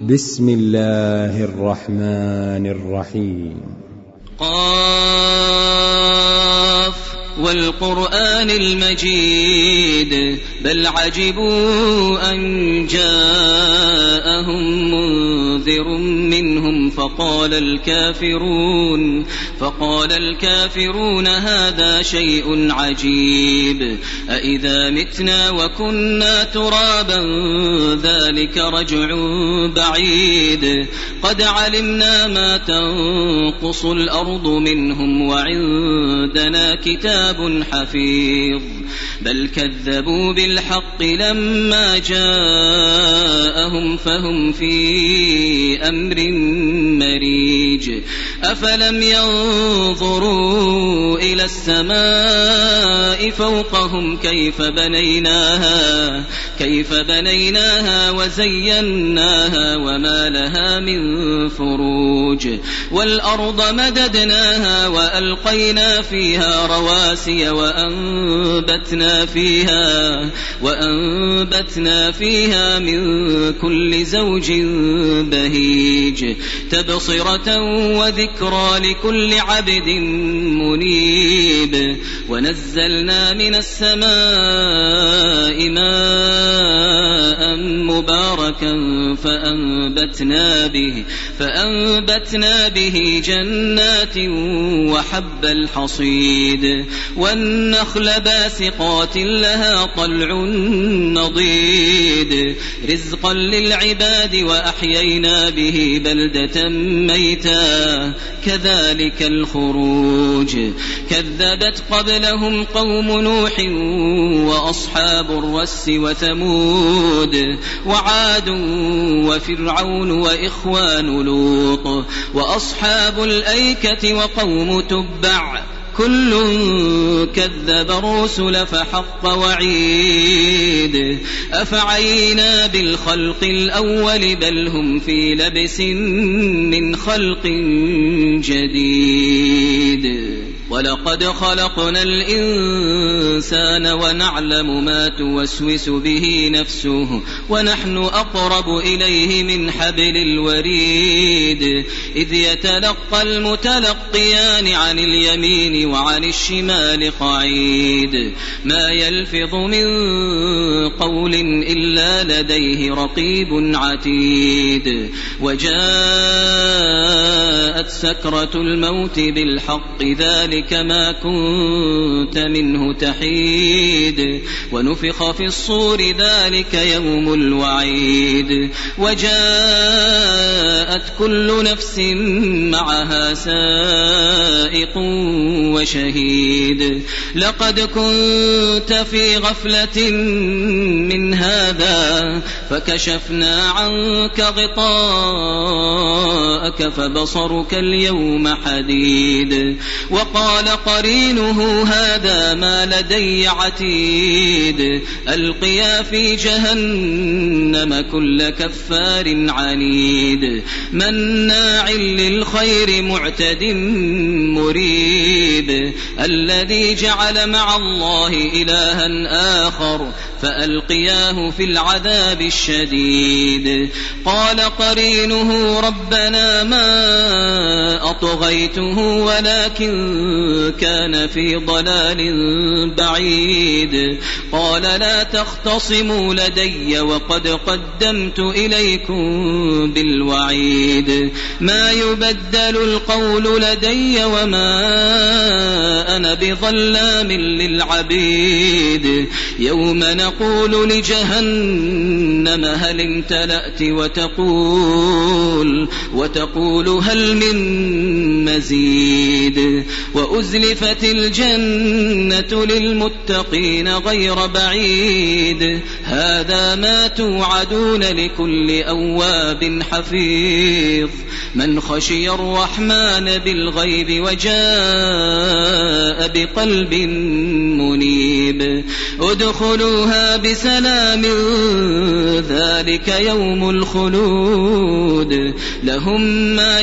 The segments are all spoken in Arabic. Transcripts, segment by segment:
بسم الله الرحمن الرحيم. قاف والقرآن المجيد بل عجبوا أن جاءهم منذر منهم فقال الكافرون هذا شيء عجيب أإذا متنا وكنا ترابا ذلك رجع بعيد قد علمنا ما تنقص الأرض منهم وعندنا كتاب حفيظ بل كذبوا بالحق لما جاءهم فهم في أمر مريج أفلم ينظروا إلى السماء فوقهم كيف بنيناها وزيناها وما لها من فروج والأرض مددناها وألقينا فيها رواسي وأنبتنا فيها من كل زوج بهيج تبصرة وذكرى لكل عبد منيب ونزلنا من السماء ماء مباركا فأنبتنا به جنات وحب الحصيد والنخل باسقات لها طلع نضيد رزقا للعباد وأحيينا به بلدة ميتا كذلك الخروج كذبت قبلهم قوم نوح وأصحاب الرس وثمود وعاد وفرعون وإخوان لوط وأصحاب الأيكة وقوم تبع كل كذب الرسل فحق وعيد أفعينا بالخلق الأول بل هم في لبس من خلق جديد ولقد خلقنا الإنسان ونعلم ما توسوس به نفسه ونحن أقرب إليه من حبل الوريد إذ يتلقى المتلقيان عن اليمين وعن الشمال قعيد ما يلفظ من قول إلا لديه رقيب عتيد وجاءت سكرة الموت بالحق ذلك ما كنت منه تحيد ونفخ في الصور ذلك يوم الوعيد وجاءت كل نفس معها سائق وشهيد لقد كنت في غفلة من هذا فكشفنا عنك غطاءك فبصرك اليوم حديد وقال قرينه هذا ما لدي عتيد ألقيا في جهنم كل كفار عنيد مناع للخير معتد مريب الذي جعل مع الله إلها آخر فألقياه في العذاب الشديد قال قرينه ربنا ما أطغيته ولكن كان في ضلال بعيد قال لا تختصموا لدي وقد قدمت إليكم بالوعيد ما يبدل القول لدي وما أنا بظلام للعبيد يوم نقول لجهنم هل امتلأت وتقول هل من مزيد وأزلفت الجنة للمتقين غير بعيد هذا ما توعدون لكل أواب حفيظ من خشي الرحمن بالغيب وجاء بقلب منيب ادخلوها بسلام ذلك يوم الخلود لهم ما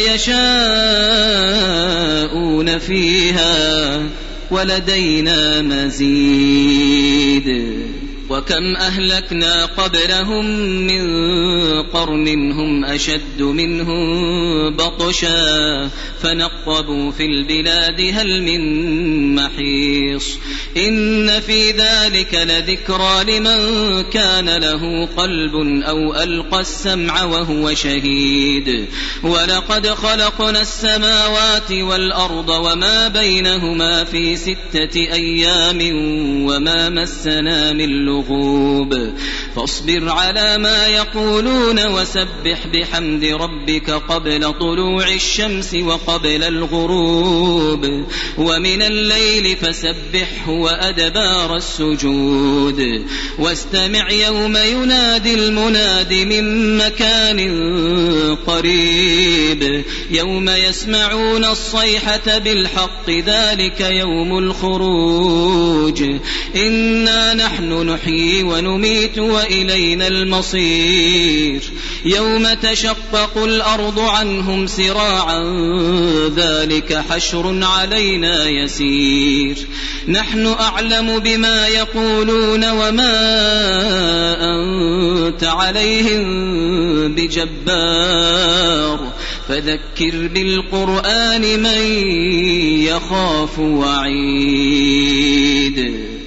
يشاءون فيها ولدينا مزيد وكم أهلكنا قبلهم من قرن هم أشد منهم بطشا فنقبوا في البلاد هل من محيص إن في ذلك لذكرى لمن كان له قلب أو ألقى السمع وهو شهيد ولقد خلقنا السماوات والأرض وما بينهما في 6 أيام وما مسنا من لغوب فاصبر على ما يقولون وسبح بحمد ربك قبل طلوع الشمس وقبل الغروب ومن الليل فسبحه وأدبار السجود واستمع يوم ينادي المناد من مكان قريب يوم يسمعون الصيحة بالحق ذلك يوم الخروج إنا نحن نحيي ونميت وإلينا المصير يوم تشقق الأرض عنهم سراعا ذلك حشر علينا يسير نحن أعلم بما يقولون وما أنت عليهم بجبار فذكر بالقرآن من يخاف وعيد